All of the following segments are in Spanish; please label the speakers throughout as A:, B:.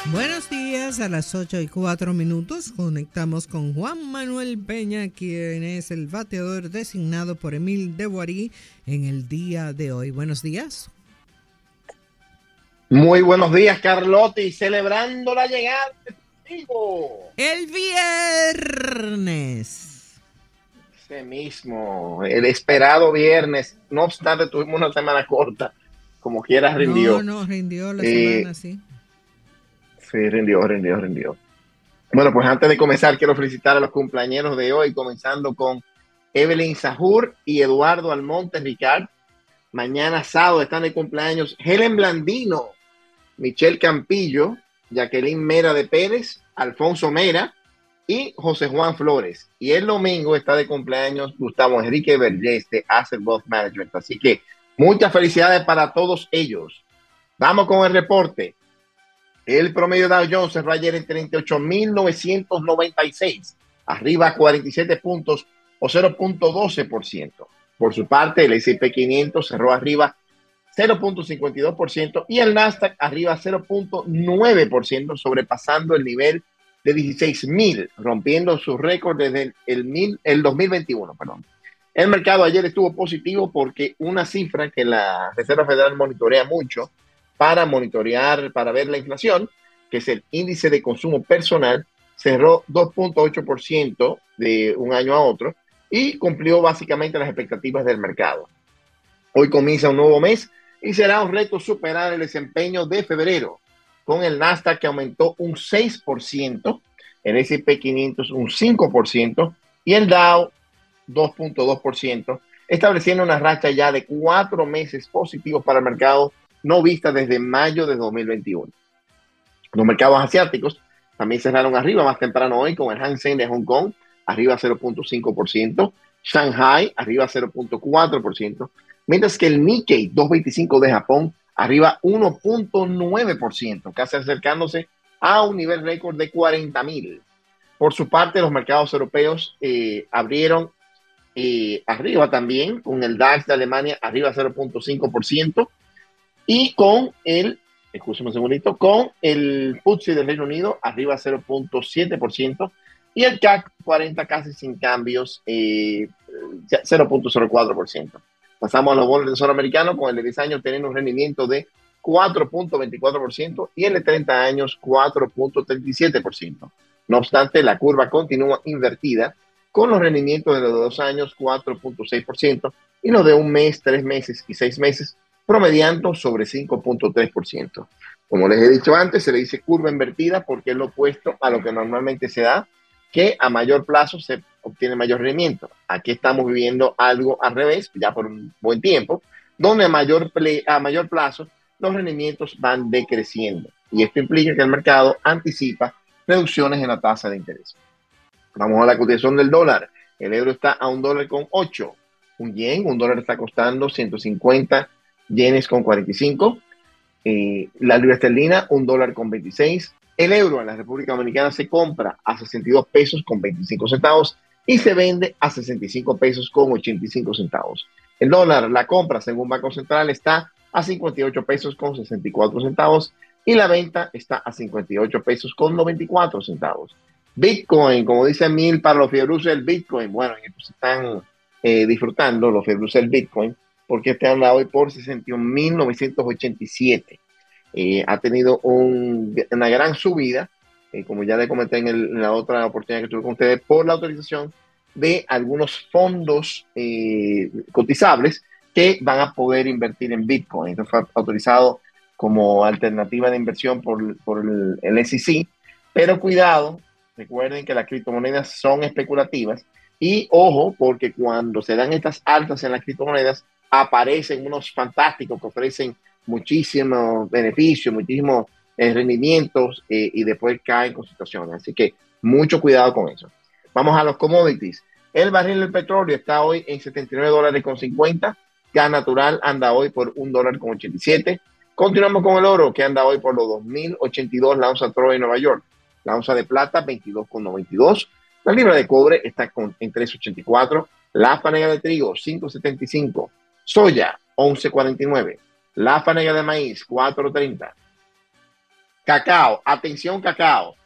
A: Buenos días, a las 8:04 conectamos con Juan Manuel Peña, quien es el bateador designado por Emil de Boirí en el día de hoy. Buenos días.
B: Muy buenos días, Carlotti, celebrando la llegada de tu amigo.
A: El viernes.
B: Ese mismo, el esperado viernes. No obstante, tuvimos una semana corta. Como quieras, rindió.
A: No, rindió la semana, sí.
B: Sí, rindió. Bueno, pues antes de comenzar, quiero felicitar a los cumpleañeros de hoy, comenzando con Evelyn Sahur y Eduardo Almonte Ricard. Mañana sábado están de cumpleaños Helen Blandino, Michelle Campillo, Jacqueline Mera de Pérez, Alfonso Mera y José Juan Flores. Y el domingo está de cumpleaños Gustavo Enrique Vergés de Asset Wealth Management. Así que muchas felicidades para todos ellos. Vamos con el reporte. El promedio Dow Jones cerró ayer en 38.996, arriba 47 puntos o 0.12%. Por su parte, el S&P 500 cerró arriba 0.52% y el Nasdaq arriba 0.9%, sobrepasando el nivel de 16.000, rompiendo su récord desde el 2021. Perdón. El mercado ayer estuvo positivo porque una cifra que la Reserva Federal monitorea mucho para ver la inflación, que es el índice de consumo personal, cerró 2.8% de un año a otro y cumplió básicamente las expectativas del mercado. Hoy comienza un nuevo mes y será un reto superar el desempeño de febrero, con el Nasdaq que aumentó un 6%, el S&P 500 un 5% y el Dow 2.2%, estableciendo una racha ya de 4 meses positivos para el mercado no vista desde mayo de 2021. Los mercados asiáticos también cerraron arriba más temprano hoy, con el Hang Seng de Hong Kong arriba 0.5%, Shanghai arriba 0.4%, mientras que el Nikkei 225 de Japón arriba 1.9%, casi acercándose a un nivel récord de 40.000. Por su parte, los mercados europeos abrieron arriba también, con el DAX de Alemania arriba 0.5% y con el FTSE del Reino Unido arriba 0.7% y el CAC 40 casi sin cambios, 0.04%. Pasamos a los bonos del Tesoro americano, con el de 10 años teniendo un rendimiento de 4.24% y el de 30 años 4.37%. No obstante, la curva continúa invertida, con los rendimientos de los 2 años 4.6% y los de un mes, 3 meses y 6 meses promediando sobre 5.3%. Como les he dicho antes, se le dice curva invertida porque es lo opuesto a lo que normalmente se da, que a mayor plazo se obtiene mayor rendimiento. Aquí estamos viviendo algo al revés, ya por un buen tiempo, donde a mayor plazo los rendimientos van decreciendo. Y esto implica que el mercado anticipa reducciones en la tasa de interés. Vamos a la cotización del dólar. El euro está a $1.08. Un dólar está costando 150 yenes con 45. La libra esterlina, $1.26. El euro en la República Dominicana se compra a 62 pesos con 25 centavos y se vende a 65 pesos con 85 centavos. El dólar, la compra según Banco Central, está a 58 pesos con 64 centavos y la venta está a 58 pesos con 94 centavos. Bitcoin, como dice Mil, para los fiebruces del Bitcoin, bueno, se están disfrutando los fiebruces del Bitcoin, porque este anda hoy por 61.987. Ha tenido una gran subida, como ya le comenté en la otra oportunidad que tuve con ustedes, por la autorización de algunos fondos cotizables que van a poder invertir en Bitcoin. Esto fue autorizado como alternativa de inversión por el SEC, pero cuidado, recuerden que las criptomonedas son especulativas y ojo, porque cuando se dan estas altas en las criptomonedas, aparecen unos fantásticos que ofrecen muchísimos beneficios, muchísimos rendimientos y después caen con situaciones. Así que mucho cuidado con eso. Vamos a los commodities. El barril del petróleo está hoy en $79.50. Gas natural anda hoy por $1.87. Continuamos con el oro, que anda hoy por los 2.082 la onza Troy en Nueva York. La onza de plata, 22.92. La libra de cobre está en 3.84. La fanega de trigo, 5.75. Soya, 11.49. La fanega de maíz, 4.30. Cacao, atención cacao,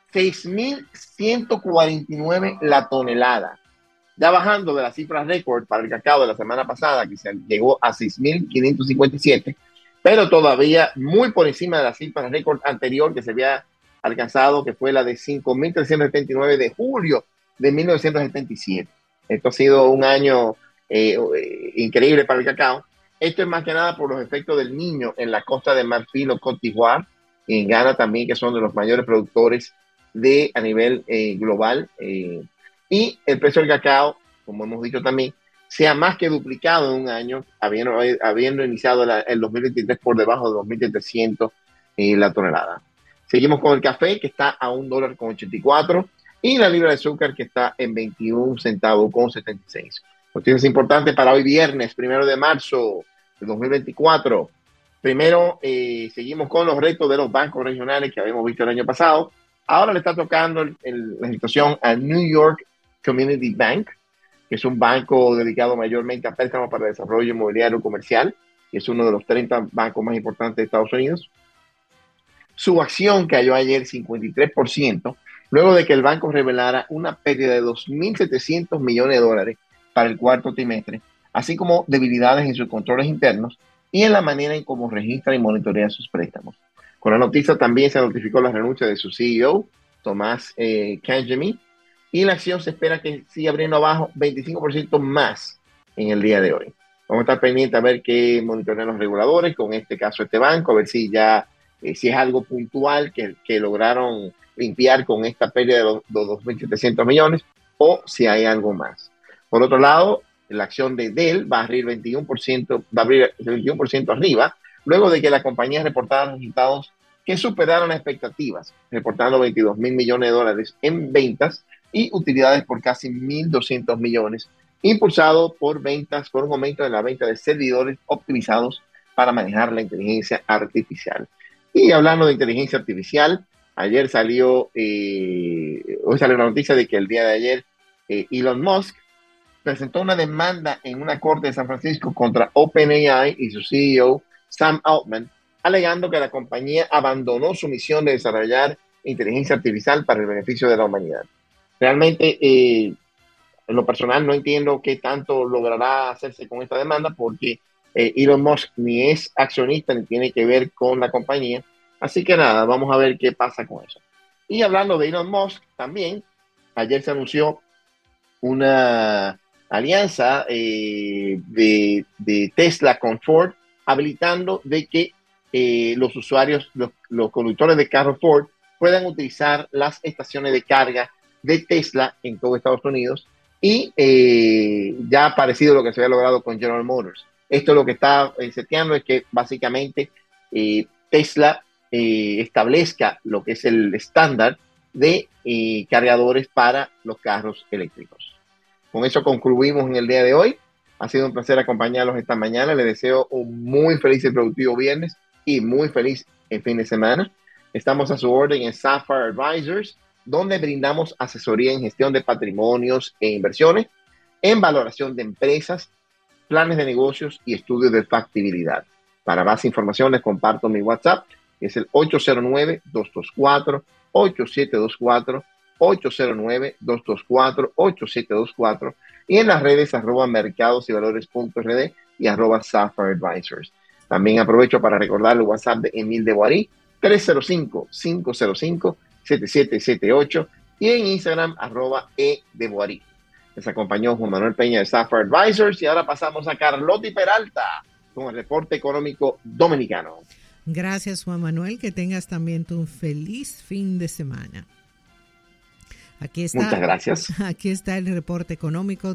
B: 6.149 la tonelada. Ya bajando de la cifra récord para el cacao de la semana pasada, que se llegó a 6.557, pero todavía muy por encima de la cifra récord anterior que se había alcanzado, que fue la de 5.379 de julio de 1977. Esto ha sido un año increíble para el cacao. Esto es más que nada por los efectos del niño en la costa de Marfil o Côte d'Ivoire, y en Ghana también, que son de los mayores productores a nivel global. Y el precio del cacao, como hemos dicho también, se ha más que duplicado en un año, habiendo iniciado el 2023 por debajo de 2.700 la tonelada. Seguimos con el café, que está a $1.84, y la libra de azúcar, que está en 21 centavos con 76. Noticias importantes para hoy viernes, 1 de marzo de 2024. Primero, seguimos con los retos de los bancos regionales que habíamos visto el año pasado. Ahora le está tocando la situación a New York Community Bank, que es un banco dedicado mayormente a préstamos para desarrollo inmobiliario comercial, que es uno de los 30 bancos más importantes de Estados Unidos. Su acción cayó ayer 53%, luego de que el banco revelara una pérdida de $2.700 millones para el cuarto trimestre, así como debilidades en sus controles internos y en la manera en cómo registra y monitorea sus préstamos. Con la noticia también se notificó la renuncia de su CEO, Tomás Cangemi, y la acción se espera que siga abriendo abajo 25% más en el día de hoy. Vamos a estar pendientes a ver qué monitorean los reguladores con este caso, este banco, a ver si ya si es algo puntual que lograron limpiar con esta pérdida de los 2.700 millones o si hay algo más. Por otro lado, la acción de Dell va a abrir 21% arriba, luego de que la compañía reportara resultados que superaron las expectativas, reportando $22 mil millones en ventas y utilidades por casi 1.200 millones, impulsado por un aumento en la venta de servidores optimizados para manejar la inteligencia artificial. Y hablando de inteligencia artificial, hoy salió una noticia de que el día de ayer Elon Musk presentó una demanda en una corte de San Francisco contra OpenAI y su CEO Sam Altman, alegando que la compañía abandonó su misión de desarrollar inteligencia artificial para el beneficio de la humanidad. Realmente, en lo personal, no entiendo qué tanto logrará hacerse con esta demanda, porque Elon Musk ni es accionista ni tiene que ver con la compañía. Así que nada, vamos a ver qué pasa con eso. Y hablando de Elon Musk, también ayer se anunció una alianza de Tesla con Ford, habilitando de que los usuarios, los conductores de carro Ford, puedan utilizar las estaciones de carga de Tesla en todo Estados Unidos, y ya ha parecido lo que se había logrado con General Motors. Esto lo que está seteando es que básicamente Tesla establezca lo que es el estándar de cargadores para los carros eléctricos. Con eso concluimos en el día de hoy. Ha sido un placer acompañarlos esta mañana. Les deseo un muy feliz y productivo viernes y muy feliz fin de semana. Estamos a su orden en Sapphire Advisors, donde brindamos asesoría en gestión de patrimonios e inversiones, en valoración de empresas, planes de negocios y estudios de factibilidad. Para más información les comparto mi WhatsApp, que es el 809-224-8724, 809-224-8724, y en las redes @mercadosyvalores.rd y @Sapphire Advisors. También aprovecho para recordar el WhatsApp de Emil de Boarí, 305-505-7778, y en Instagram @edeboarí. Les acompañó Juan Manuel Peña de Sapphire Advisors, y ahora pasamos a Carlotti Peralta con el reporte económico dominicano.
A: Gracias, Juan Manuel, que tengas también tu feliz fin de semana. Aquí está,
B: muchas gracias.
A: Aquí está el reporte económico